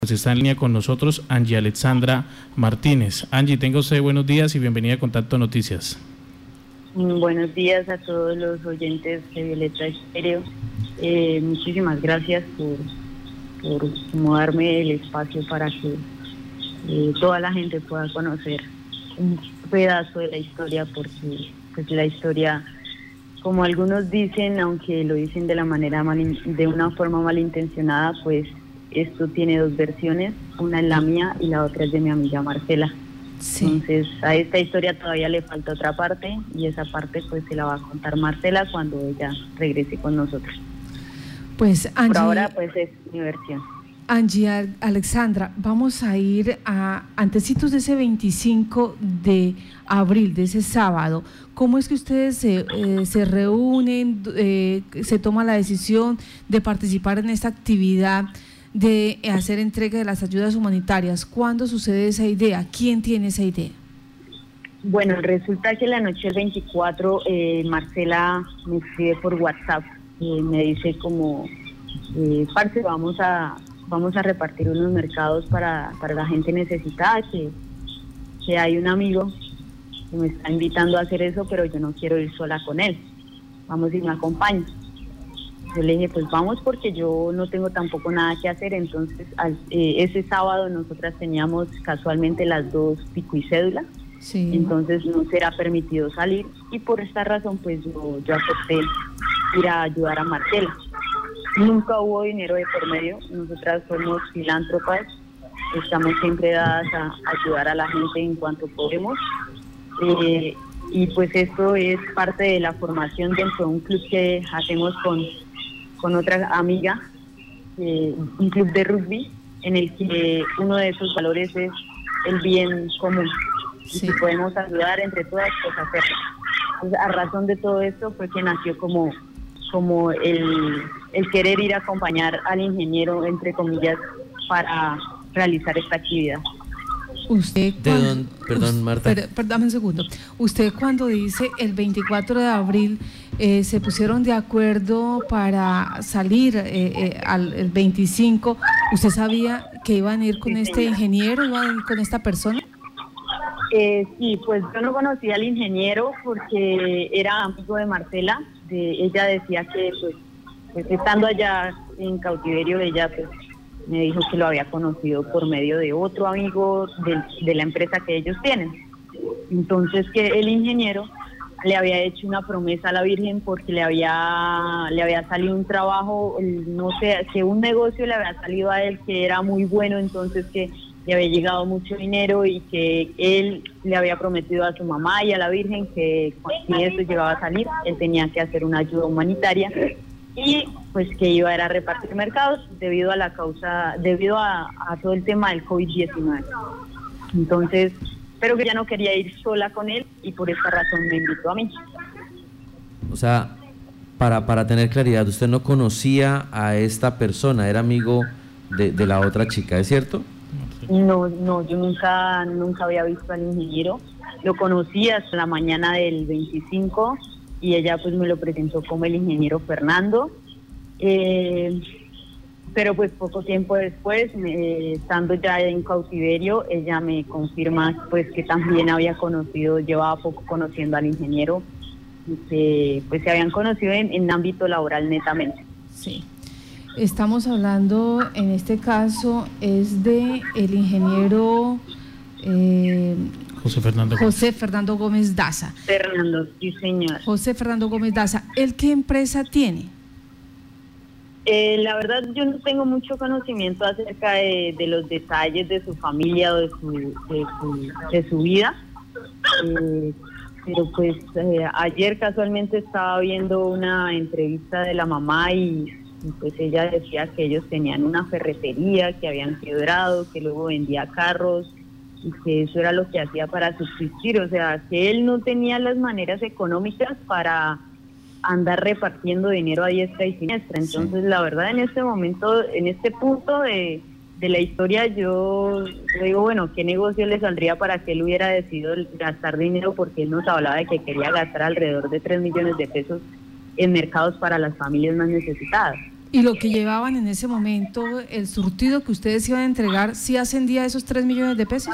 Pues está en línea con nosotros Angie Alexandra Martínez. Angie, tenga usted buenos días y bienvenida a Contacto Noticias. Buenos días a todos los oyentes de Violeta Estéreo. Muchísimas gracias por darme el espacio para que toda la gente pueda conocer un pedazo de la historia, porque pues la historia, como algunos dicen, aunque lo dicen de una forma malintencionada, pues esto tiene dos versiones, una es la mía y la otra es de mi amiga Marcela. Sí. Entonces a esta historia todavía le falta otra parte, y esa parte pues se la va a contar Marcela cuando ella regrese con nosotros. Pues Angie, por ahora pues es mi versión. Angie Alexandra, vamos a ir a antecitos de ese 25 de abril, de ese sábado. ¿Cómo es que ustedes se reúnen, se toma la decisión de participar en esta actividad de hacer entrega de las ayudas humanitarias? ¿Cuándo sucede esa idea? ¿Quién tiene esa idea? Bueno, resulta que la noche del 24 Marcela me escribe por WhatsApp y me dice como, parce, vamos a repartir unos mercados para la gente necesitada, que hay un amigo que me está invitando a hacer eso, pero yo no quiero ir sola con él, vamos y me acompaña. Yo le dije, pues vamos, porque yo no tengo tampoco nada que hacer. Entonces ese sábado nosotras teníamos casualmente las dos pico y cédula, sí. Entonces no será permitido salir, y por esta razón pues yo acepté ir a ayudar a Marcela. Nunca hubo dinero de por medio, nosotras somos filántropas, estamos siempre dadas a ayudar a la gente en cuanto podemos, y pues esto es parte de la formación dentro de un club que hacemos con otra amiga, un club de rugby, en el que uno de esos valores es el bien común, sí. Y si podemos ayudar entre todas, pues hacerlo. Entonces, a razón de todo esto fue que nació como el querer ir a acompañar al ingeniero, entre comillas, para realizar esta actividad. Usted, perdón, Marta. Dame un segundo. Usted, cuando dice el 24 de abril, se pusieron de acuerdo para salir el 25, ¿usted sabía que iban a ir con este ingeniero, iban a ir con esta persona? Sí, pues yo no conocía al ingeniero porque era amigo de Marcela. Ella decía que pues estando allá en cautiverio, ella pues me dijo que lo había conocido por medio de otro amigo de la empresa que ellos tienen. Entonces que el ingeniero le había hecho una promesa a la Virgen porque le había salido un trabajo, no sé, que un negocio le había salido a él que era muy bueno, entonces que le había llegado mucho dinero, y que él le había prometido a su mamá y a la Virgen que si eso llegaba a salir, él tenía que hacer una ayuda humanitaria, y pues que iba a repartir mercados debido a todo el tema del COVID-19. Entonces, pero que ya no quería ir sola con él, y por esta razón me invitó a mí. O sea, para tener claridad, usted no conocía a esta persona, era amigo de la otra chica, ¿es cierto? No, yo nunca había visto al ingeniero, lo conocí hasta la mañana del 25, y ella pues me lo presentó como el ingeniero Fernando, pero pues poco tiempo después, estando ya en cautiverio, ella me confirma pues que también llevaba poco conociendo al ingeniero, y que pues se habían conocido en ámbito laboral netamente. Sí. Estamos hablando, en este caso, es de el ingeniero José Fernando Gómez Daza. Fernando, sí señor. José Fernando Gómez Daza. ¿Él qué empresa tiene? La verdad yo no tengo mucho conocimiento acerca de los detalles de su familia o de su vida, pero pues ayer casualmente estaba viendo una entrevista de la mamá, y pues ella decía que ellos tenían una ferretería, que habían quebrado, que luego vendía carros, y que eso era lo que hacía para subsistir. O sea, que él no tenía las maneras económicas para andar repartiendo dinero a diestra y siniestra. Entonces, sí. La verdad, en este momento, en este punto de la historia, yo digo, bueno, ¿qué negocio le saldría para que él hubiera decidido gastar dinero? Porque él nos hablaba de que quería gastar alrededor de 3 millones de pesos en mercados para las familias más necesitadas. ¿Y lo que llevaban en ese momento, el surtido que ustedes iban a entregar, sí ascendía a esos 3 millones de pesos?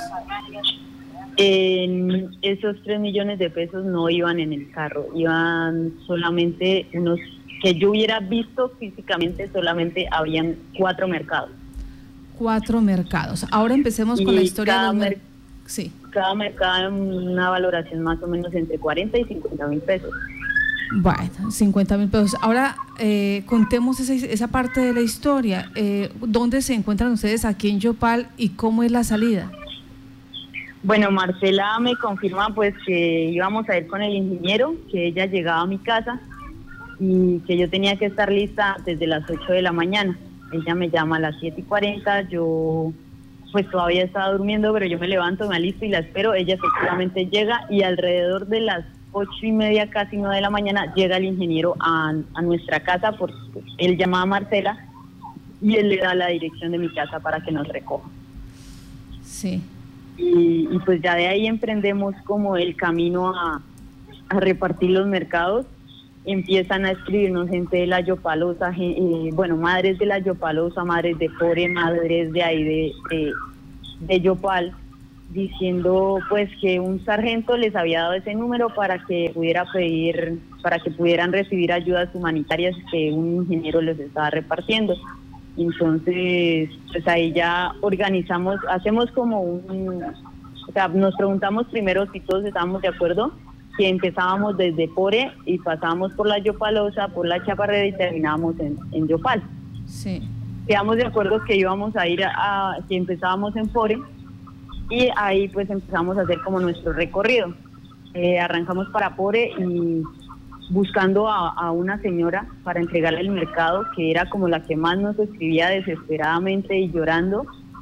Esos 3 millones de pesos no iban en el carro, iban solamente unos que yo hubiera visto físicamente, solamente habían 4 mercados. 4 mercados. Ahora empecemos con la historia de los sí. Cada mercado en una valoración más o menos entre 40 y 50 mil pesos. Bueno, 50 mil pesos. Ahora contemos esa parte de la historia. ¿Dónde se encuentran ustedes aquí en Yopal y cómo es la salida? Bueno, Marcela me confirma pues que íbamos a ir con el ingeniero, que ella llegaba a mi casa y que yo tenía que estar lista desde las 8 de la mañana. Ella me llama a las 7:40, yo pues todavía estaba durmiendo, pero yo me levanto, me alisto y la espero. Ella efectivamente llega y alrededor de las 8:30, casi 9 de la mañana, llega el ingeniero a nuestra casa, porque él llama a Marcela y él le da la dirección de mi casa para que nos recoja. Sí. Y pues ya de ahí emprendemos como el camino a repartir los mercados. Empiezan a escribirnos gente de la Yopalosa, madres de la Yopalosa, madres de Pore, madres de ahí de Yopal, diciendo pues que un sargento les había dado ese número para que pudieran recibir ayudas humanitarias que un ingeniero les estaba repartiendo. Entonces, pues ahí ya organizamos, hacemos como nos preguntamos primero si todos estábamos de acuerdo, que empezábamos desde Pore y pasábamos por la Yopalosa, por la Chaparrera y terminábamos en Yopal. Sí. Quedamos de acuerdo que íbamos a ir que empezábamos en Pore y ahí pues empezamos a hacer como nuestro recorrido. Arrancamos para Pore y buscando a una señora para entregarle el mercado, que era como la que más nos escribía desesperadamente y llorando.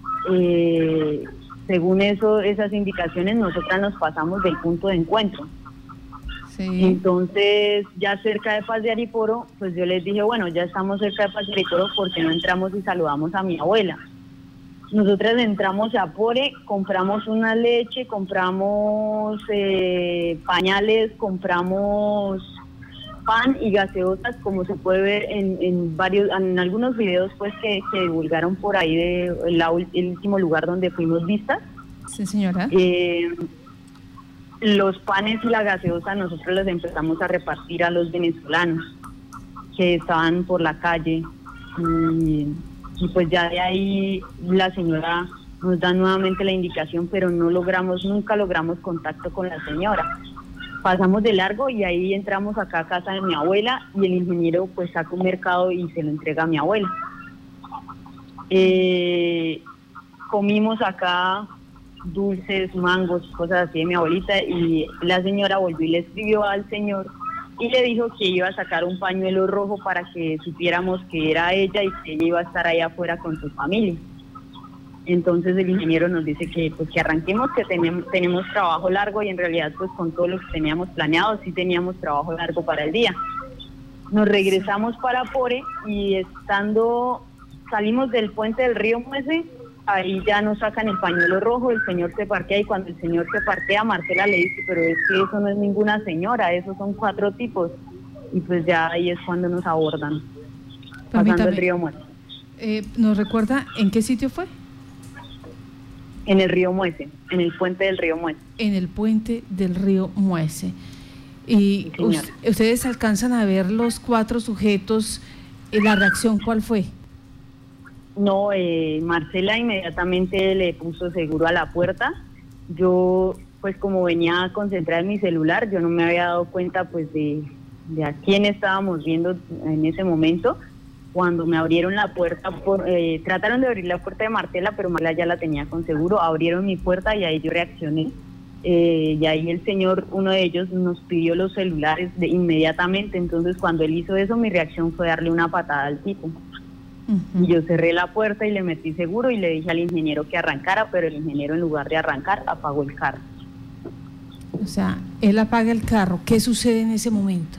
Según esas indicaciones, nosotras nos pasamos del punto de encuentro. Sí. Entonces, ya cerca de Paz de Ariporo, pues yo les dije, bueno, ya estamos cerca de Paz de Ariporo, ¿por qué no entramos y saludamos a mi abuela? Nosotras entramos a Pore, compramos una leche, compramos pañales, compramos pan y gaseosas, como se puede ver en algunos videos pues que divulgaron por ahí el último lugar donde fuimos vistas. Sí, señora. Los panes y la gaseosa nosotros los empezamos a repartir a los venezolanos que estaban por la calle y pues ya de ahí la señora nos da nuevamente la indicación, pero nunca logramos contacto con la señora. Pasamos de largo y ahí entramos acá a casa de mi abuela y el ingeniero pues saca un mercado y se lo entrega a mi abuela. Comimos acá dulces, mangos, cosas así de mi abuelita y la señora volvió y le escribió al señor y le dijo que iba a sacar un pañuelo rojo para que supiéramos que era ella y que ella iba a estar ahí afuera con su familia. Entonces el ingeniero nos dice que arranquemos, que tenemos trabajo largo y en realidad pues con todo lo que teníamos planeado sí teníamos trabajo largo para el día. Nos regresamos para Pore y salimos del puente del río Muese, ahí ya nos sacan el pañuelo rojo, el señor se parquea y cuando el señor se parquea, Marcela le dice, pero es que eso no es ninguna señora, esos son 4 tipos. Y pues ya ahí es cuando nos abordan, pasando el río Muese. ¿Nos recuerda en qué sitio fue? En el río Muese, en el puente del río Muese. En el puente del río Muese. Y sí, ustedes alcanzan a ver los 4 sujetos, ¿la reacción cuál fue? No, Marcela inmediatamente le puso seguro a la puerta. Yo, pues como venía concentrada en mi celular, yo no me había dado cuenta pues de a quién estábamos viendo en ese momento. Cuando me abrieron la puerta, trataron de abrir la puerta de Marcela, pero Marcela ya la tenía con seguro, abrieron mi puerta y ahí yo reaccioné. Y ahí el señor, uno de ellos, nos pidió los celulares inmediatamente, entonces cuando él hizo eso, mi reacción fue darle una patada al tipo. Y yo cerré la puerta y le metí seguro y le dije al ingeniero que arrancara, pero el ingeniero en lugar de arrancar, apagó el carro. O sea, él apaga el carro, ¿qué sucede en ese momento?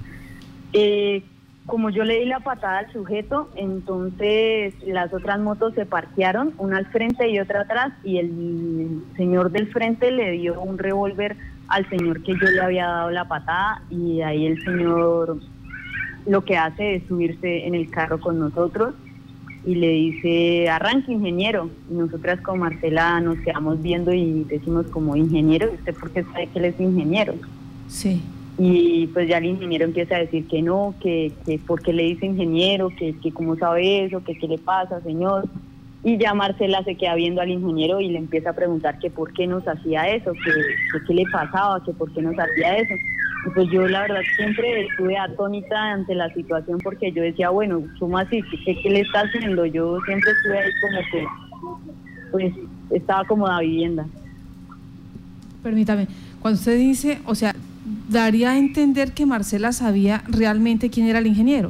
Como yo le di la patada al sujeto, entonces las otras motos se parquearon, una al frente y otra atrás, y el señor del frente le dio un revólver al señor que yo le había dado la patada, y ahí el señor lo que hace es subirse en el carro con nosotros y le dice, arranque, ingeniero. Y nosotras con Marcela nos quedamos viendo y decimos como, ingeniero, ¿usted por qué sabe que él es ingeniero? Sí. Y pues ya el ingeniero empieza a decir que no, que por qué le dice ingeniero, que cómo sabe eso, que qué le pasa, señor. Y ya Marcela se queda viendo al ingeniero y le empieza a preguntar que por qué nos hacía eso, que qué le pasaba, que por qué nos hacía eso. Y pues yo la verdad siempre estuve atónita ante la situación porque yo decía, bueno, ¿cómo así? ¿Qué le está haciendo? Yo siempre estuve ahí como que, pues, estaba como de vivienda. Permítame, cuando usted dice, o sea, daría a entender que Marcela sabía realmente quién era el ingeniero.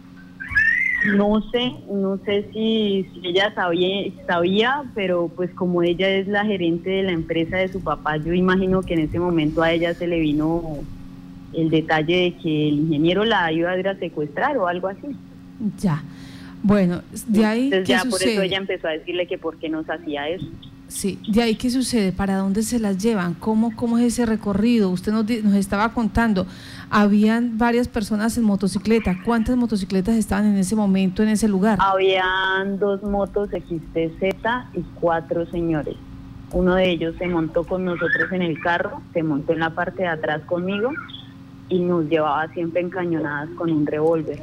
No sé si ella sabía, pero pues como ella es la gerente de la empresa de su papá, yo imagino que en ese momento a ella se le vino el detalle de que el ingeniero la iba a ir a secuestrar o algo así. Ya, bueno, de ahí entonces ¿qué ya sucede? Por eso ella empezó a decirle que por qué nos hacía eso. Sí, de ahí ¿qué sucede? ¿Para dónde se las llevan? ¿Cómo es ese recorrido? Usted nos estaba contando, habían varias personas en motocicleta. ¿Cuántas motocicletas estaban en ese momento en ese lugar? Habían 2 motos XTZ y 4 señores. Uno de ellos se montó con nosotros en el carro, se montó en la parte de atrás conmigo y nos llevaba siempre encañonadas con un revólver.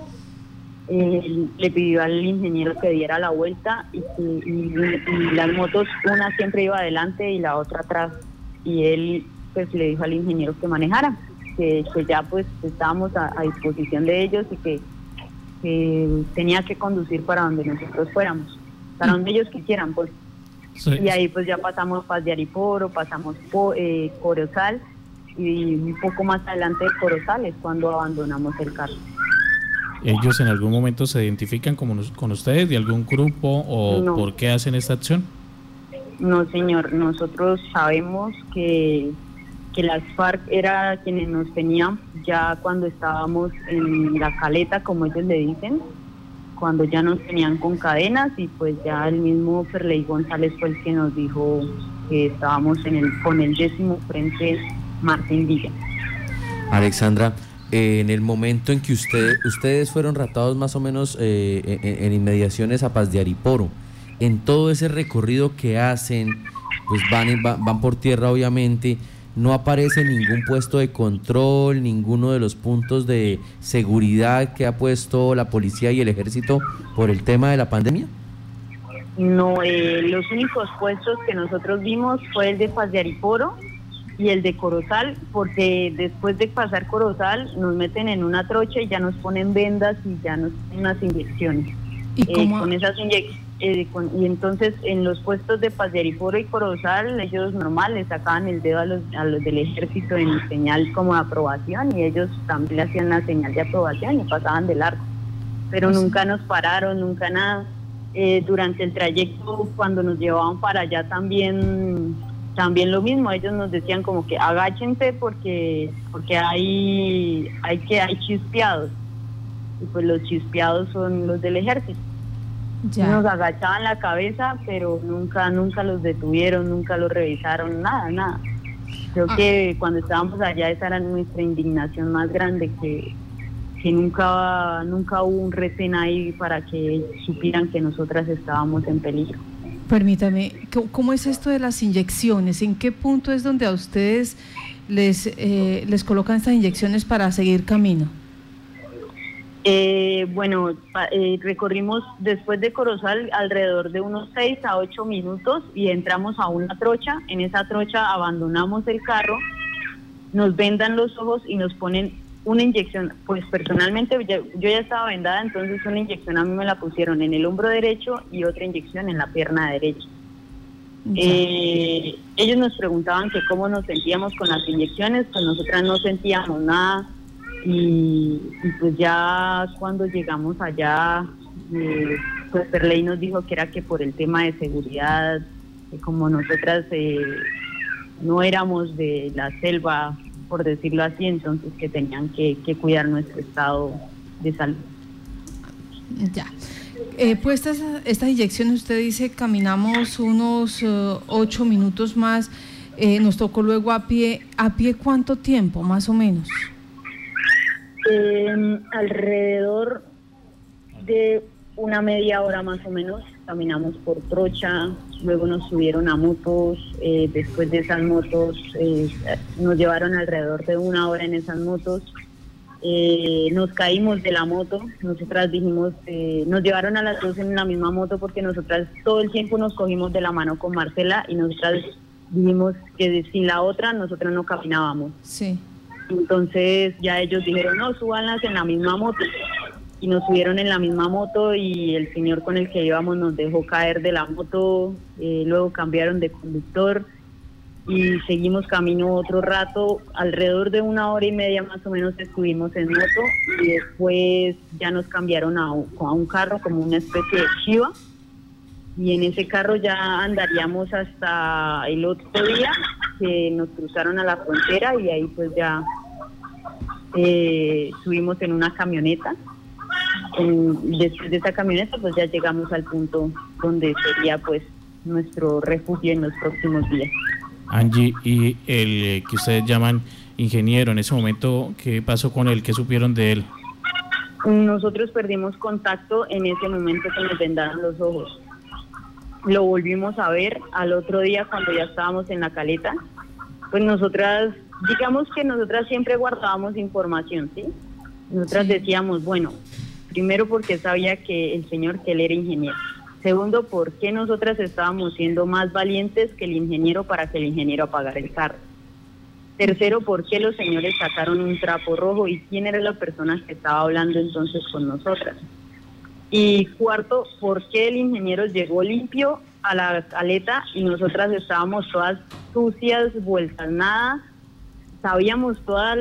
Le pidió al ingeniero que diera la vuelta y las motos, una siempre iba adelante y la otra atrás, y él pues le dijo al ingeniero que manejara, que ya pues estábamos a disposición de ellos y que tenía que conducir para donde nosotros fuéramos, para donde ellos quisieran pues. Sí. Y ahí pues ya pasamos Paz de Ariporo, pasamos Corozal y un poco más adelante de Corozal es cuando abandonamos el carro. ¿Ellos en algún momento se identifican con ustedes, de algún grupo, o no? ¿Por qué hacen esta acción? No, señor, nosotros sabemos que las FARC era quienes nos tenían ya cuando estábamos en la caleta, como ellos le dicen, cuando ya nos tenían con cadenas, y pues ya el mismo Ferley González fue el que nos dijo que estábamos con el 10º Frente Martín Villa. Alexandra, en el momento en que ustedes fueron raptados más o menos en inmediaciones a Paz de Ariporo, en todo ese recorrido que hacen, pues van por tierra obviamente, no aparece ningún puesto de control, ninguno de los puntos de seguridad que ha puesto la policía y el ejército por el tema de la pandemia. No, los únicos puestos que nosotros vimos fue el de Paz de Ariporo y el de Corozal, porque después de pasar Corozal nos meten en una trocha y ya nos ponen vendas y ya nos ponen unas inyecciones. ¿Y cómo? Con esas inyecciones, y entonces en los puestos de Paz de Ariporo y Corozal, ellos normal les sacaban el dedo a los del ejército en señal como de aprobación, y ellos también le hacían la señal de aprobación y pasaban de largo. Pero nunca nos pararon, nunca nada. Durante el trayecto, cuando nos llevaban para allá también lo mismo, ellos nos decían como que agáchense porque hay chispeados, y pues los chispeados son los del ejército. Ya. Nos agachaban la cabeza, pero nunca los detuvieron, nunca los revisaron, nada. Creo que cuando estábamos allá esa era nuestra indignación más grande, que nunca hubo un retén ahí para que supieran que nosotras estábamos en peligro. Permítame, ¿cómo es esto de las inyecciones? ¿En qué punto es donde a ustedes les colocan estas inyecciones para seguir camino? Recorrimos después de Corozal alrededor de unos 6 a 8 minutos y entramos a una trocha. En esa trocha abandonamos el carro, nos vendan los ojos y nos ponen una inyección. Pues personalmente yo ya estaba vendada, entonces una inyección a mí me la pusieron en el hombro derecho y otra inyección en la pierna derecha. Ellos nos preguntaban que cómo nos sentíamos con las inyecciones, pues nosotras no sentíamos nada. Y pues ya cuando llegamos allá, pues Ferley nos dijo que era que por el tema de seguridad, como nosotras no éramos de la selva, por decirlo así, entonces que tenían que cuidar nuestro estado de salud. Ya. Pues estas inyecciones, usted dice, caminamos unos 8 minutos más, nos tocó luego a pie. ¿A pie cuánto tiempo, más o menos? Alrededor de una media hora más o menos caminamos por trocha, luego nos subieron a motos, después de esas motos nos llevaron alrededor de una hora en esas motos, nos caímos de la moto, nosotras dijimos, nos llevaron a las dos en la misma moto porque nosotras todo el tiempo nos cogimos de la mano con Marcela y nosotras dijimos que sin la otra nosotras no caminábamos. Sí. Entonces ya ellos dijeron, no, súbanlas en la misma moto. Y nos subieron en la misma moto y el señor con el que íbamos nos dejó caer de la moto, luego cambiaron de conductor y seguimos camino otro rato, alrededor de una hora y media más o menos estuvimos en moto y después ya nos cambiaron a un carro como una especie de chiva y en ese carro ya andaríamos hasta el otro día que nos cruzaron a la frontera y ahí pues ya subimos en una camioneta. Después de esa camioneta pues ya llegamos al punto donde sería pues nuestro refugio en los próximos días. Angie, y el que ustedes llaman ingeniero, en ese momento, ¿qué pasó con él? ¿Qué supieron de él? Nosotros perdimos contacto en ese momento que nos vendaron los ojos. Lo volvimos a ver al otro día cuando ya estábamos en la caleta. Pues nosotras, digamos que nosotras siempre guardábamos información, ¿sí? Nosotras decíamos, bueno, primero porque sabía que el señor, que él era ingeniero. Segundo, porque nosotras estábamos siendo más valientes que el ingeniero para que el ingeniero apagara el carro. Tercero, porque los señores sacaron un trapo rojo y quién era la persona que estaba hablando entonces con nosotras. Y cuarto, porque el ingeniero llegó limpio a la caleta y nosotras estábamos todas sucias, vueltas nada, sabíamos toda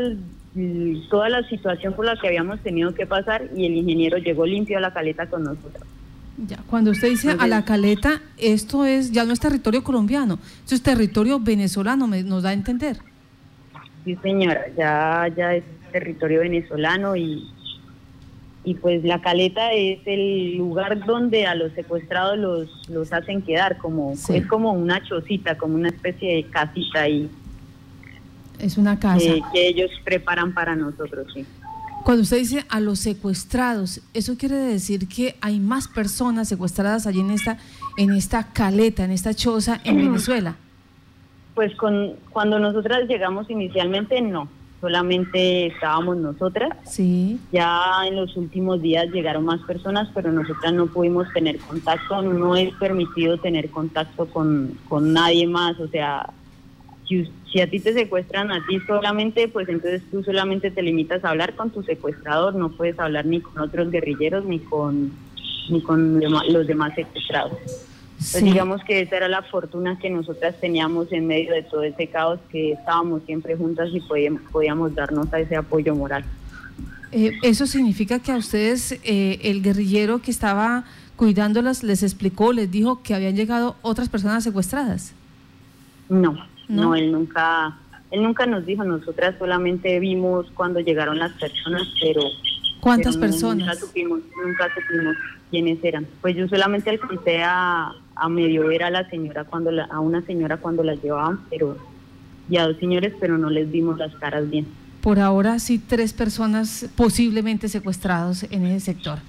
la situación por la que habíamos tenido que pasar y el ingeniero llegó limpio a la caleta con nosotros. Ya, cuando usted dice a la caleta, esto es ya no es territorio colombiano, esto es territorio venezolano, nos da a entender. Sí, señora, ya es territorio venezolano y pues la caleta es el lugar donde a los secuestrados los hacen quedar, como es como una chocita, como una especie de casita ahí. Es una casa. Que ellos preparan para nosotros, sí. Cuando usted dice a los secuestrados, ¿eso quiere decir que hay más personas secuestradas allí en esta caleta, en esta choza en Venezuela? Pues cuando nosotras llegamos inicialmente, no. Solamente estábamos nosotras. Sí. Ya en los últimos días llegaron más personas, pero nosotras no pudimos tener contacto. No es permitido tener contacto con nadie más, o sea... Si a ti te secuestran a ti solamente, pues entonces tú solamente te limitas a hablar con tu secuestrador, no puedes hablar ni con otros guerrilleros ni con los demás secuestrados. Pues digamos que esa era la fortuna que nosotras teníamos en medio de todo ese caos, que estábamos siempre juntas y podíamos darnos a ese apoyo moral. ¿Eso significa que a ustedes el guerrillero que estaba cuidándolas les explicó, les dijo que habían llegado otras personas secuestradas? No, él nunca nos dijo, nosotras solamente vimos cuando llegaron las personas, pero... ¿Cuántas personas? Nunca supimos quiénes eran. Pues yo solamente alcancé a medio ver a la señora a una señora cuando la llevaban, y a dos señores, pero no les vimos las caras bien. Por ahora sí 3 personas posiblemente secuestrados en ese sector.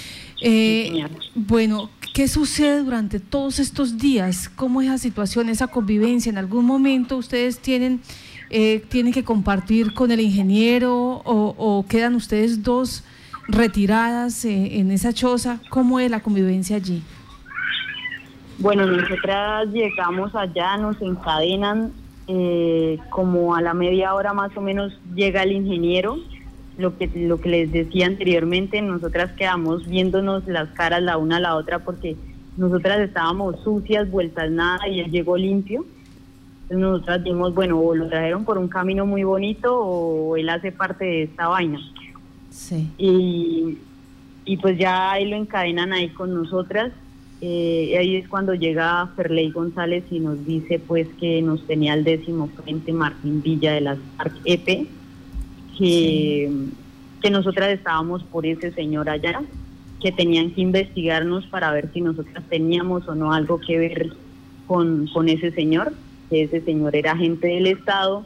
Bueno, ¿qué sucede durante todos estos días? ¿Cómo es la situación, esa convivencia? ¿En algún momento ustedes tienen que compartir con el ingeniero o quedan ustedes dos retiradas en esa choza? ¿Cómo es la convivencia allí? Bueno, nosotras llegamos allá, nos encadenan, como a la media hora más o menos llega el ingeniero. Lo que les decía anteriormente, nosotras quedamos viéndonos las caras la una a la otra porque nosotras estábamos sucias, vueltas nada, y él llegó limpio. Entonces nosotras dijimos, bueno, o lo trajeron por un camino muy bonito o él hace parte de esta vaina. Sí. Y pues ya ahí lo encadenan ahí con nosotras. Ahí es cuando llega Ferley González y nos dice pues que nos tenía el 10º Frente Martín Villa de las FARC-EP, que nosotras estábamos por ese señor allá, que tenían que investigarnos para ver si nosotras teníamos o no algo que ver con ese señor, que ese señor era agente del Estado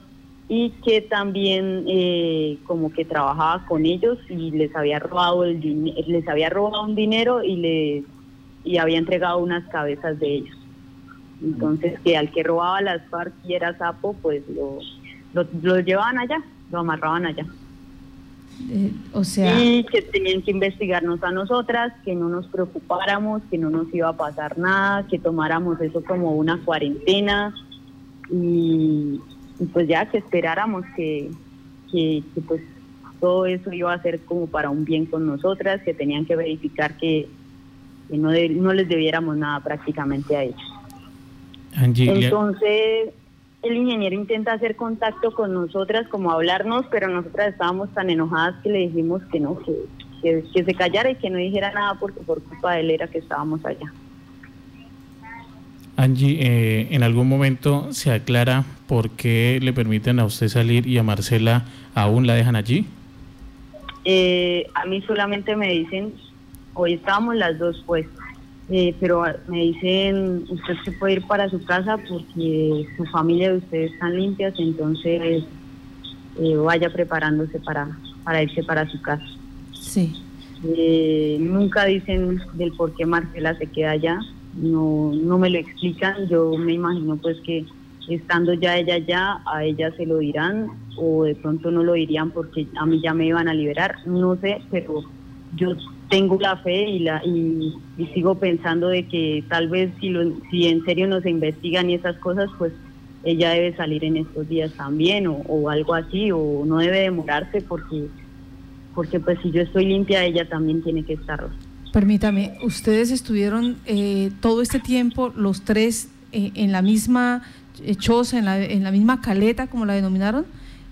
y que también como que trabajaba con ellos y les había robado un dinero y había entregado unas cabezas de ellos. Entonces, que al que robaba las FARC y era sapo, pues lo llevaban allá, lo amarraban allá. O sea... Y que tenían que investigarnos a nosotras, que no nos preocupáramos, que no nos iba a pasar nada, que tomáramos eso como una cuarentena y pues ya que esperáramos que pues todo eso iba a ser como para un bien con nosotras, que tenían que verificar que no les debiéramos nada prácticamente a ellos. Angie, entonces el ingeniero intenta hacer contacto con nosotras, como hablarnos, pero nosotras estábamos tan enojadas que le dijimos que no, que se callara y que no dijera nada porque por culpa de él era que estábamos allá. Angie, ¿en algún momento se aclara por qué le permiten a usted salir y a Marcela aún la dejan allí? A mí solamente me dicen, hoy estábamos las dos pues, pero me dicen, usted se puede ir para su casa porque su familia de ustedes están limpias, entonces vaya preparándose para irse para su casa. Sí. Nunca dicen del por qué Marcela se queda allá, no me lo explican. Yo me imagino pues que estando ya ella allá, a ella se lo dirán o de pronto no lo dirían porque a mí ya me iban a liberar, no sé, pero yo tengo la fe y sigo pensando de que tal vez si en serio nos investigan y esas cosas, pues ella debe salir en estos días también o algo así, o no debe demorarse porque pues si yo estoy limpia, ella también tiene que estarlo. Permítame, ¿ustedes estuvieron todo este tiempo los tres en la misma choza, en la misma caleta, como la denominaron?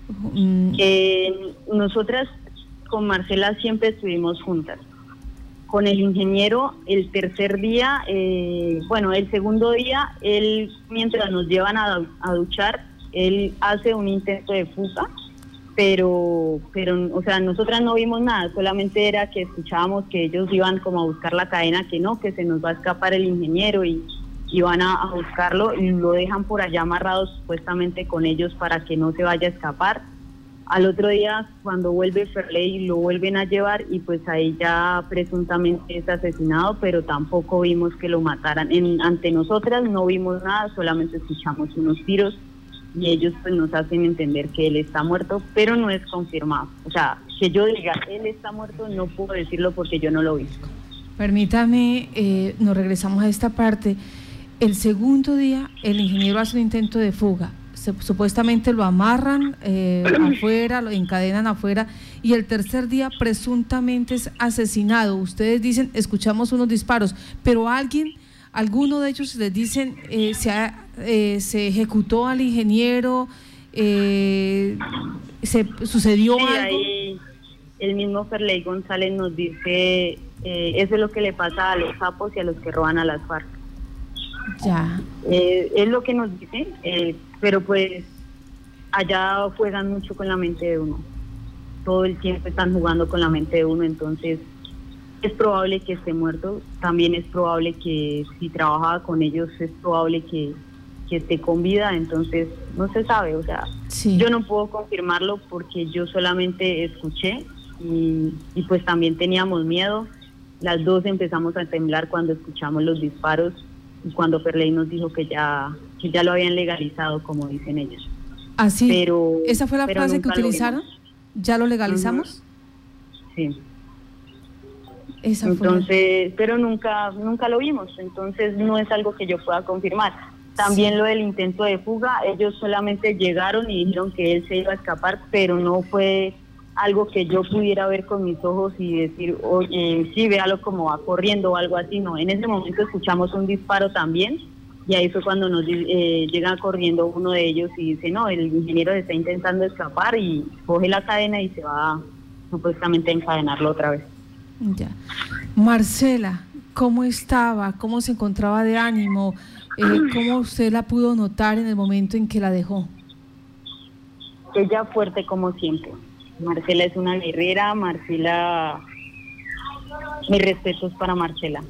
Nosotras con Marcela siempre estuvimos juntas. Con el ingeniero, el tercer día, el segundo día, él, mientras nos llevan a duchar, él hace un intento de fuga, pero, o sea, nosotras no vimos nada, solamente era que escuchábamos que ellos iban como a buscar la cadena, que se nos va a escapar el ingeniero y van a buscarlo y lo dejan por allá amarrado supuestamente con ellos para que no se vaya a escapar. Al otro día, cuando vuelve Ferley, lo vuelven a llevar y pues ahí ya presuntamente es asesinado, pero tampoco vimos que lo mataran. Ante nosotras no vimos nada, solamente escuchamos unos tiros y ellos pues nos hacen entender que él está muerto, pero no es confirmado. O sea, que yo diga, él está muerto, no puedo decirlo porque yo no lo vi. Permítame, nos regresamos a esta parte. El segundo día, el ingeniero hace un intento de fuga. Supuestamente lo amarran afuera, lo encadenan afuera, y el tercer día presuntamente es asesinado. Ustedes dicen, escuchamos unos disparos, pero alguno de ellos les dicen, se ejecutó al ingeniero, sucedió sí, algo. Ahí el mismo Ferley González nos dice, eso es lo que le pasa a los sapos y a los que roban a las FARC. Ya. Es lo que nos dice, pero pues allá juegan mucho con la mente de uno, todo el tiempo están jugando con la mente de uno, entonces es probable que esté muerto, también es probable que si trabajaba con ellos es probable que esté con vida, entonces no se sabe, o sea, sí. Yo no puedo confirmarlo porque yo solamente escuché y pues también teníamos miedo, las dos empezamos a temblar cuando escuchamos los disparos y cuando Ferley nos dijo que ya lo habían legalizado, como dicen ellos. Así, pero ¿esa fue la frase que utilizaron? ¿Ya lo legalizamos? Sí. Esa entonces, fue... pero nunca lo vimos, entonces no es algo que yo pueda confirmar. También sí. Lo del intento de fuga, ellos solamente llegaron y dijeron que él se iba a escapar, pero no fue algo que yo pudiera ver con mis ojos y decir, oye, sí, véalo como va corriendo o algo así, no. En ese momento escuchamos un disparo también y ahí fue cuando nos llega corriendo uno de ellos y dice, no, el ingeniero está intentando escapar y coge la cadena y se va supuestamente a encadenarlo otra vez. Ya. Marcela, ¿cómo estaba? ¿Cómo se encontraba de ánimo? ¿Cómo usted la pudo notar en el momento en que la dejó? Ella fuerte como siempre. Marcela es una guerrera, Marcela, mis respetos para Marcela.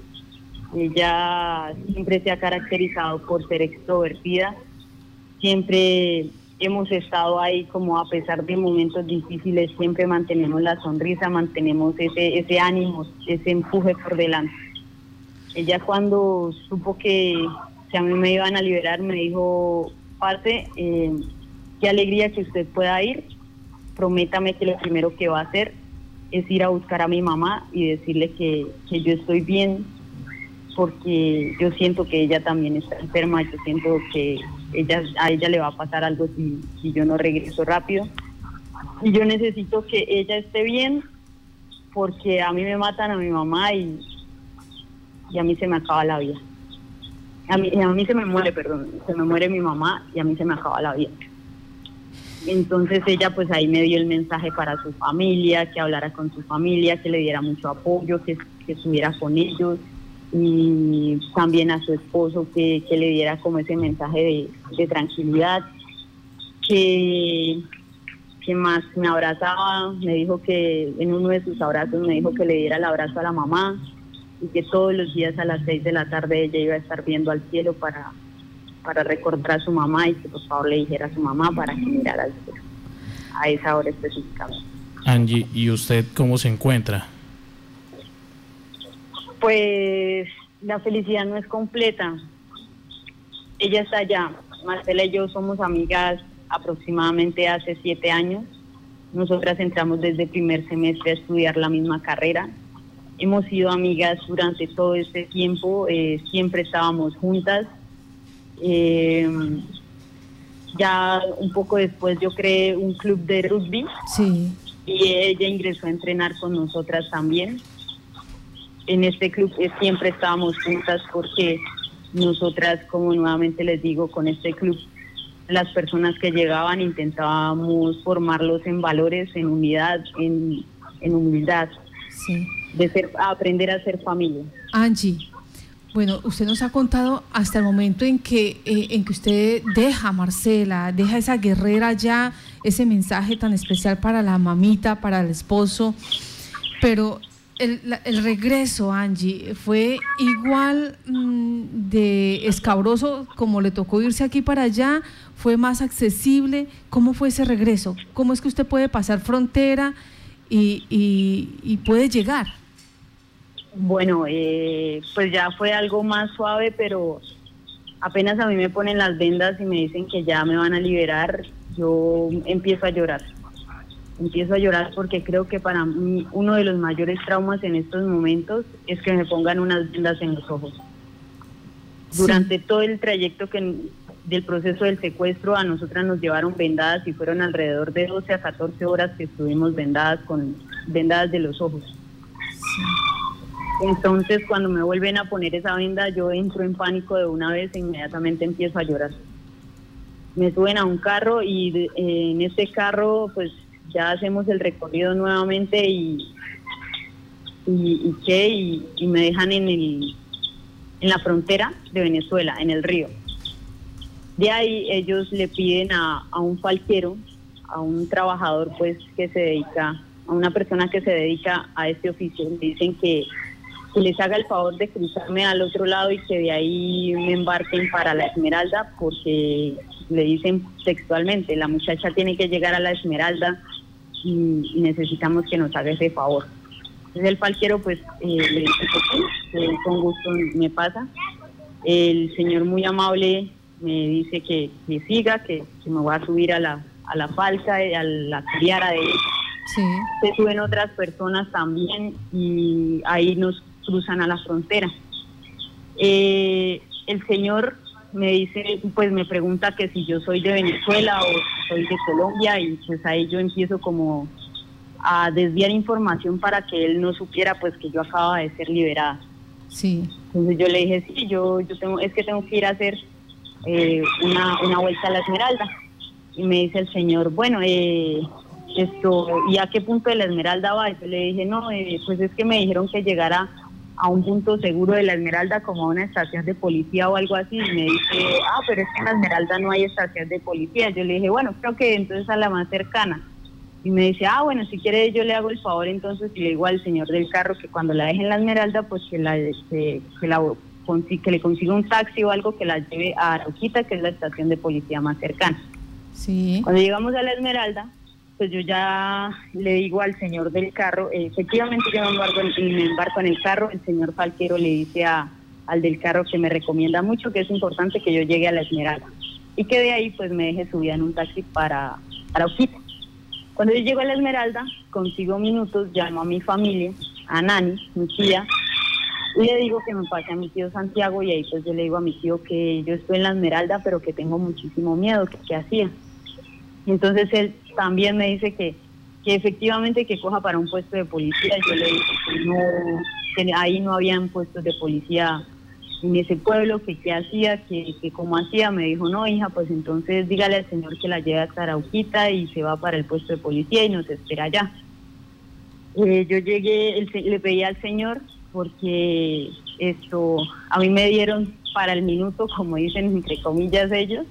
Ella siempre se ha caracterizado por ser extrovertida, siempre hemos estado ahí como a pesar de momentos difíciles, siempre mantenemos la sonrisa, mantenemos ese ánimo, ese empuje por delante. Ella cuando supo que a mí me iban a liberar me dijo, parce, qué alegría que usted pueda ir, prométame que lo primero que va a hacer es ir a buscar a mi mamá y decirle que yo estoy bien, porque yo siento que ella también está enferma, yo siento que a ella le va a pasar algo si yo no regreso rápido. Y yo necesito que ella esté bien, porque a mí me matan a mi mamá y a mí se me acaba la vida. A mí se me muere mi mamá y a mí se me acaba la vida. Entonces ella pues ahí me dio el mensaje para su familia, que hablara con su familia, que le diera mucho apoyo, que estuviera con ellos, y también a su esposo que le diera como ese mensaje de tranquilidad, que más me abrazaba, me dijo que en uno de sus abrazos me dijo que le diera el abrazo a la mamá y que todos los días a las 6 de la tarde ella iba a estar viendo al cielo para recordar a su mamá y que por favor le dijera a su mamá para que mirara al cielo a esa hora específicamente. Angie, ¿y usted cómo se encuentra? Pues la felicidad no es completa. Ella está allá. Marcela y yo somos amigas aproximadamente hace 7 años. Nosotras entramos desde primer semestre a estudiar la misma carrera. Hemos sido amigas durante todo este tiempo, siempre estábamos juntas. Ya un poco después yo creé un club de rugby. Sí. Y ella ingresó a entrenar con nosotras también. En este club siempre estábamos juntas porque nosotras, como nuevamente les digo, con este club, las personas que llegaban intentábamos formarlos en valores, en unidad, en humildad, Sí. Aprender a ser familia. Angie, bueno, usted nos ha contado hasta el momento en que usted deja a Marcela, deja esa guerrera ya, ese mensaje tan especial para la mamita, para el esposo, pero el regreso, Angie, ¿fue igual de escabroso como le tocó irse aquí para allá? ¿Fue más accesible? ¿Cómo fue ese regreso? ¿Cómo es que usted puede pasar frontera y puede llegar? Bueno, pues ya fue algo más suave, pero apenas a mí me ponen las vendas y me dicen que ya me van a liberar, yo empiezo a llorar. Empiezo a llorar porque creo que para mí uno de los mayores traumas en estos momentos es que me pongan unas vendas en los ojos. Sí. Durante todo el trayecto del proceso del secuestro, a nosotras nos llevaron vendadas y fueron alrededor de 12 a 14 horas que estuvimos vendadas de los ojos. Sí. Entonces, cuando me vuelven a poner esa venda, yo entro en pánico de una vez e inmediatamente empiezo a llorar. Me suben a un carro y en ese carro, pues, ya hacemos el recorrido nuevamente y me dejan en la frontera de Venezuela, en el río. De ahí ellos le piden a un falquero, a un trabajador pues que se dedica, a una persona que se dedica a este oficio, le dicen que les haga el favor de cruzarme al otro lado y que de ahí me embarquen para la Esmeralda, porque le dicen textualmente, la muchacha tiene que llegar a la Esmeralda y necesitamos que nos haga ese favor. Entonces el falquero pues le dice que con gusto me pasa. El señor muy amable me dice que siga, que me voy a subir a la falsa, a la criara de él. Sí. Se suben otras personas también y ahí nos cruzan a la frontera. El señor me dice, pues me pregunta que si yo soy de Venezuela o soy de Colombia, y pues ahí yo empiezo como a desviar información para que él no supiera pues que yo acababa de ser liberada. Sí. Entonces yo le dije, sí, yo tengo que ir a hacer una vuelta a la Esmeralda. Y me dice el señor, bueno, ¿y a qué punto de la Esmeralda va? Y yo le dije, no, pues es que me dijeron que llegara a un punto seguro de la Esmeralda, como a una estación de policía o algo así, y me dice, pero es que en la Esmeralda no hay estación de policía. Yo le dije, bueno, creo que entonces a la más cercana. Y me dice, bueno, si quiere yo le hago el favor entonces, y le digo al señor del carro que cuando la deje en la Esmeralda, pues que le consiga un taxi o algo que la lleve a Arauquita, que es la estación de policía más cercana. Sí. Cuando llegamos a la Esmeralda, pues yo ya le digo al señor del carro, efectivamente yo me embarco en el carro, el señor Falquero le dice al del carro que me recomienda mucho, que es importante que yo llegue a la Esmeralda y que de ahí pues me deje subir en un taxi para Arauquita. Cuando yo llego a la Esmeralda, consigo minutos, llamo a mi familia, a Nani, mi tía, y le digo que me pase a mi tío Santiago, y ahí pues yo le digo a mi tío que yo estoy en la Esmeralda, pero que tengo muchísimo miedo, que qué hacía. Y entonces él también me dice que efectivamente que coja para un puesto de policía. Yo le dije que no, que ahí no habían puestos de policía en ese pueblo, que qué hacía, que cómo hacía. Me dijo, no, hija, pues entonces dígale al señor que la lleve hasta Arauquita y se va para el puesto de policía y nos espera allá. Yo llegué, le pedí al señor, porque a mí me dieron para el minuto, como dicen entre comillas ellos,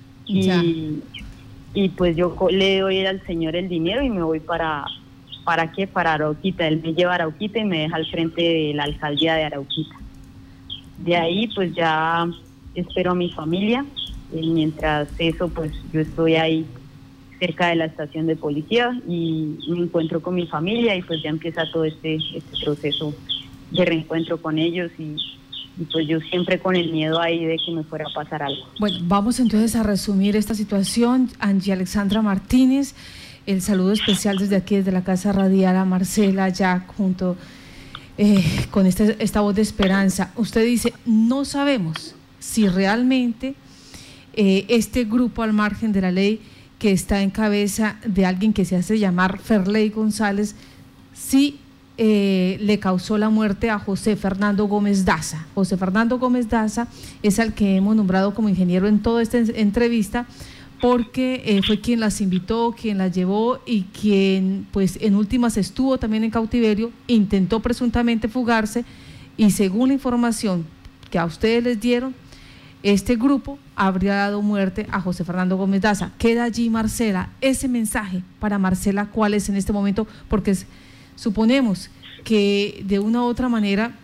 y pues yo le doy al señor el dinero y me voy para Arauquita. Él me lleva a Arauquita y me deja al frente de la alcaldía de Arauquita. De ahí pues ya espero a mi familia, y mientras eso pues yo estoy ahí cerca de la estación de policía y me encuentro con mi familia, y pues ya empieza todo este proceso de reencuentro con ellos, y pues yo siempre con el miedo ahí de que me fuera a pasar algo. Bueno, vamos entonces a resumir esta situación. Angie Alexandra Martínez, el saludo especial desde aquí, desde la Casa Radial, a Marcela, ya junto con esta voz de esperanza. Usted dice, no sabemos si realmente este grupo al margen de la ley, que está en cabeza de alguien que se hace llamar Ferley González, sí le causó la muerte a José Fernando Gómez Daza. José Fernando Gómez Daza es al que hemos nombrado como ingeniero en toda esta entrevista, porque fue quien las invitó, quien las llevó y quien pues en últimas estuvo también en cautiverio, intentó presuntamente fugarse, y según la información que a ustedes les dieron, este grupo habría dado muerte a José Fernando Gómez Daza. Queda allí, Marcela, ese mensaje para Marcela, ¿cuál es en este momento? Porque suponemos que de una u otra manera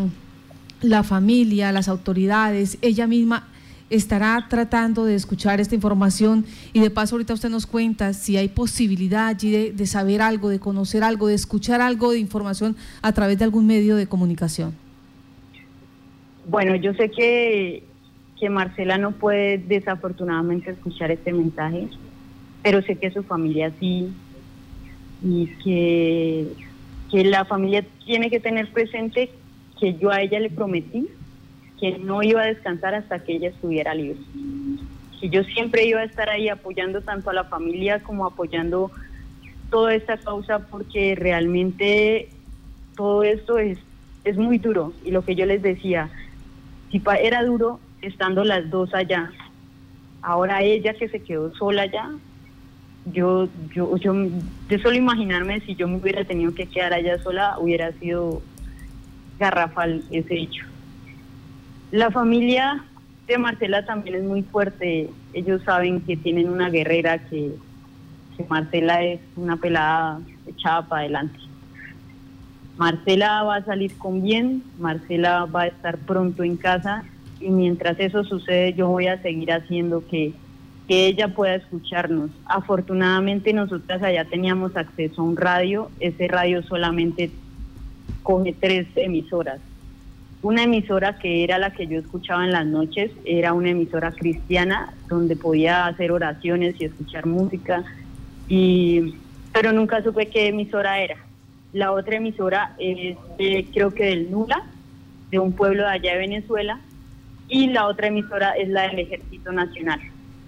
la familia, las autoridades, ella misma estará tratando de escuchar esta información, y de paso ahorita usted nos cuenta si hay posibilidad allí de saber algo, de conocer algo, de escuchar algo de información a través de algún medio de comunicación. Bueno, yo sé que Marcela no puede desafortunadamente escuchar este mensaje, pero sé que su familia sí, y que la familia tiene que tener presente que yo a ella le prometí que no iba a descansar hasta que ella estuviera libre, que yo siempre iba a estar ahí apoyando tanto a la familia como apoyando toda esta causa, porque realmente todo esto es muy duro. Y lo que yo les decía, si era duro estando las dos allá, ahora ella que se quedó sola allá, yo de solo imaginarme si yo me hubiera tenido que quedar allá sola, hubiera sido garrafal ese hecho. La familia de Marcela también es muy fuerte. Ellos saben que tienen una guerrera, que Marcela es una pelada echada para adelante. Marcela va a salir con bien, Marcela va a estar pronto en casa, y mientras eso sucede yo voy a seguir haciendo que ella pueda escucharnos. Afortunadamente nosotras allá teníamos acceso a un radio. Ese radio solamente coge 3 emisoras. Una emisora que era la que yo escuchaba en las noches, era una emisora cristiana donde podía hacer oraciones y escuchar música, pero nunca supe qué emisora era. La otra emisora es creo que del Nula, de un pueblo de allá de Venezuela, y la otra emisora es la del Ejército Nacional.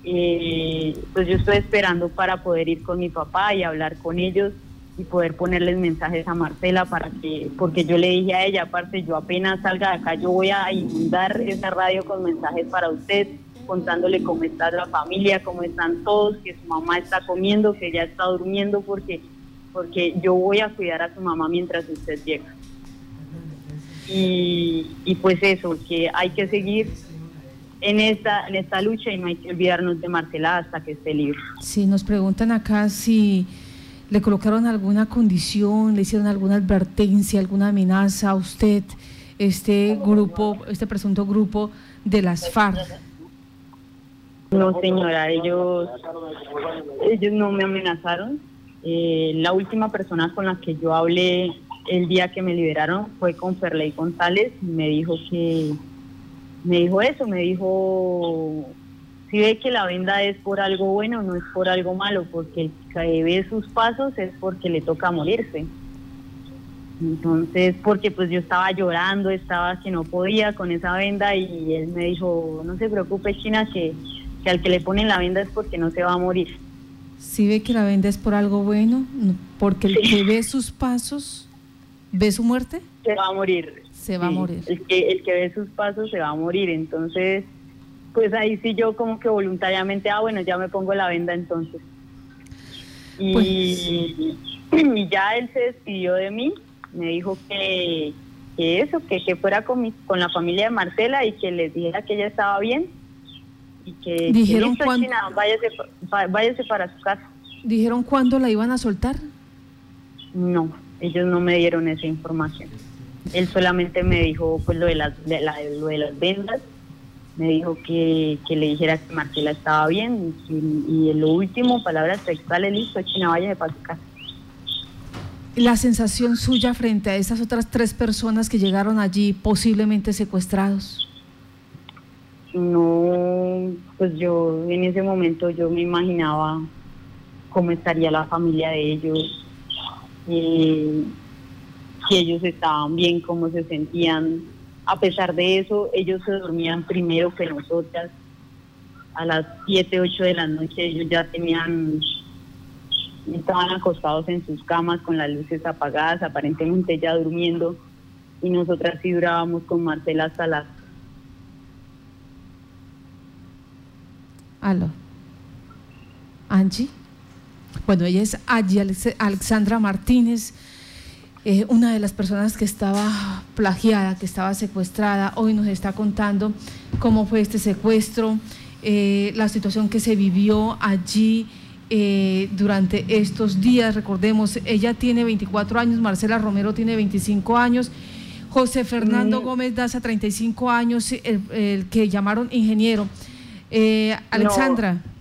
Pues yo estoy esperando para poder ir con mi papá y hablar con ellos y poder ponerles mensajes a Marcela, porque yo le dije a ella, aparte, yo apenas salga de acá, yo voy a inundar esa radio con mensajes para usted, contándole cómo está la familia, cómo están todos, que su mamá está comiendo, que ella está durmiendo, porque yo voy a cuidar a su mamá mientras usted llega. Y pues eso, que hay que seguir en esta lucha, y no hay que olvidarnos de Marcela hasta que esté libre. Sí, nos preguntan acá si le colocaron alguna condición, le hicieron alguna advertencia, alguna amenaza a usted, este presunto grupo de las FARC. No, señora, ellos no me amenazaron. La última persona con la que yo hablé el día que me liberaron fue con Ferley González. Me dijo eso, me dijo, si ve que la venda es por algo bueno, no es por algo malo, porque el que ve sus pasos es porque le toca morirse. Entonces, porque pues yo estaba llorando, estaba que no podía con esa venda, y él me dijo, no se preocupe, China, que al que le ponen la venda es porque no se va a morir. Si ve que la venda es por algo bueno, porque el que ve sus pasos, ¿ve su muerte? Se va a morir. Se va a morir. El que ve sus pasos se va a morir. Entonces, pues ahí sí yo como que voluntariamente, bueno, ya me pongo la venda entonces. Y ya él se despidió de mí, me dijo que fuera con la familia de Marcela y que les dijera que ella estaba bien y que ¿Dijeron listo, cuándo? China, váyase para su casa. ¿Dijeron cuándo la iban a soltar? No, ellos no me dieron esa información. Él solamente me dijo pues lo de las vendas, me dijo que le dijera que Marcela estaba bien y lo último, palabras textuales, listo, China, váyase para su casa. La sensación suya frente a esas otras 3 personas que llegaron allí posiblemente secuestrados. No, pues yo en ese momento yo me imaginaba cómo estaría la familia de ellos, si ellos estaban bien, cómo se sentían. A pesar de eso, ellos se dormían primero que nosotras. A las 7, 8 de la noche ellos ya estaban acostados en sus camas con las luces apagadas, aparentemente ya durmiendo, y nosotras sí durábamos con Marcela hasta las... ¿Aló? ¿Angie? Bueno, ella es Alexandra Martínez, una de las personas que estaba plagiada, que estaba secuestrada. Hoy nos está contando cómo fue este secuestro, la situación que se vivió allí durante estos días. Recordemos, ella tiene 24 años, Marcela Romero tiene 25 años, José Fernando Gómez Daza, 35 años, el que llamaron ingeniero. Alexandra. No.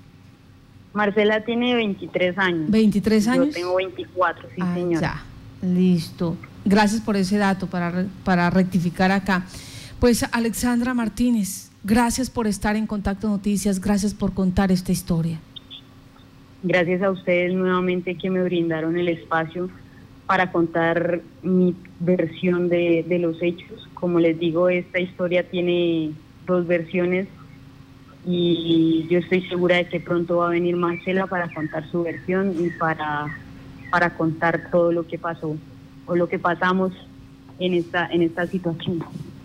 Marcela tiene 23 años. ¿23 años? Yo tengo 24, sí, señor. Ya, listo. Gracias por ese dato para rectificar acá. Pues Alexandra Martínez, gracias por estar en Contacto Noticias, gracias por contar esta historia. Gracias a ustedes nuevamente que me brindaron el espacio para contar mi versión de los hechos. Como les digo, esta historia tiene 2 versiones y yo estoy segura de que pronto va a venir Marcela para contar su versión y para contar todo lo que pasó o lo que pasamos en esta situación.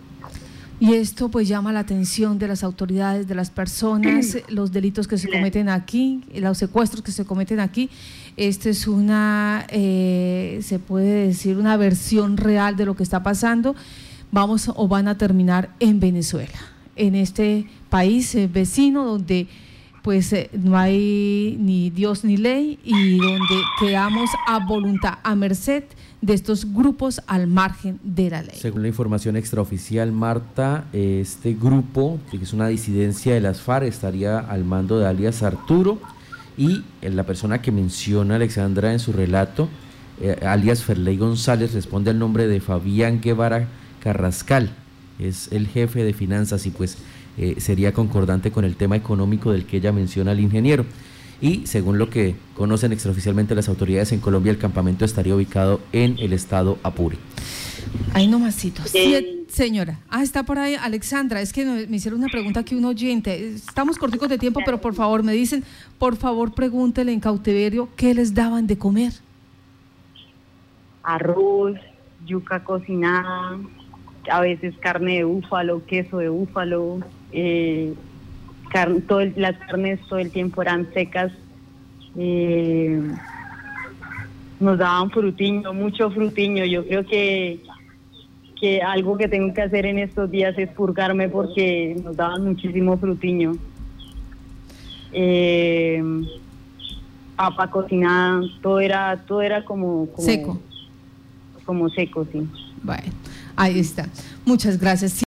Y esto pues llama la atención de las autoridades, de las personas, los delitos que se cometen aquí, los secuestros que se cometen aquí. Esta es se puede decir, una versión real de lo que está pasando. Van a terminar en Venezuela, en este país vecino donde pues no hay ni Dios ni ley y donde quedamos a voluntad, a merced de estos grupos al margen de la ley. Según la información extraoficial, Marta, este grupo, que es una disidencia de las FARC, estaría al mando de alias Arturo, y la persona que menciona Alexandra en su relato, alias Ferley González, responde al nombre de Fabián Guevara Carrascal, es el jefe de finanzas y pues sería concordante con el tema económico del que ella menciona al ingeniero. Y según lo que conocen extraoficialmente las autoridades en Colombia, el campamento estaría ubicado en el estado Apure. Ahí nomásito. Sí, señora. Está por ahí Alexandra. Es que me hicieron una pregunta aquí un oyente. Estamos corticos de tiempo, pero por favor me dicen, por favor pregúntele en cautiverio qué les daban de comer. Arroz, yuca cocinada, a veces carne de búfalo, queso de búfalo, las carnes todo el tiempo eran secas, nos daban frutiño, mucho frutiño. Yo creo que algo que tengo que hacer en estos días es purgarme porque nos daban muchísimo frutiño. Papa cocinada, todo era como seco. Como seco, sí. Bueno, ahí está. Muchas gracias.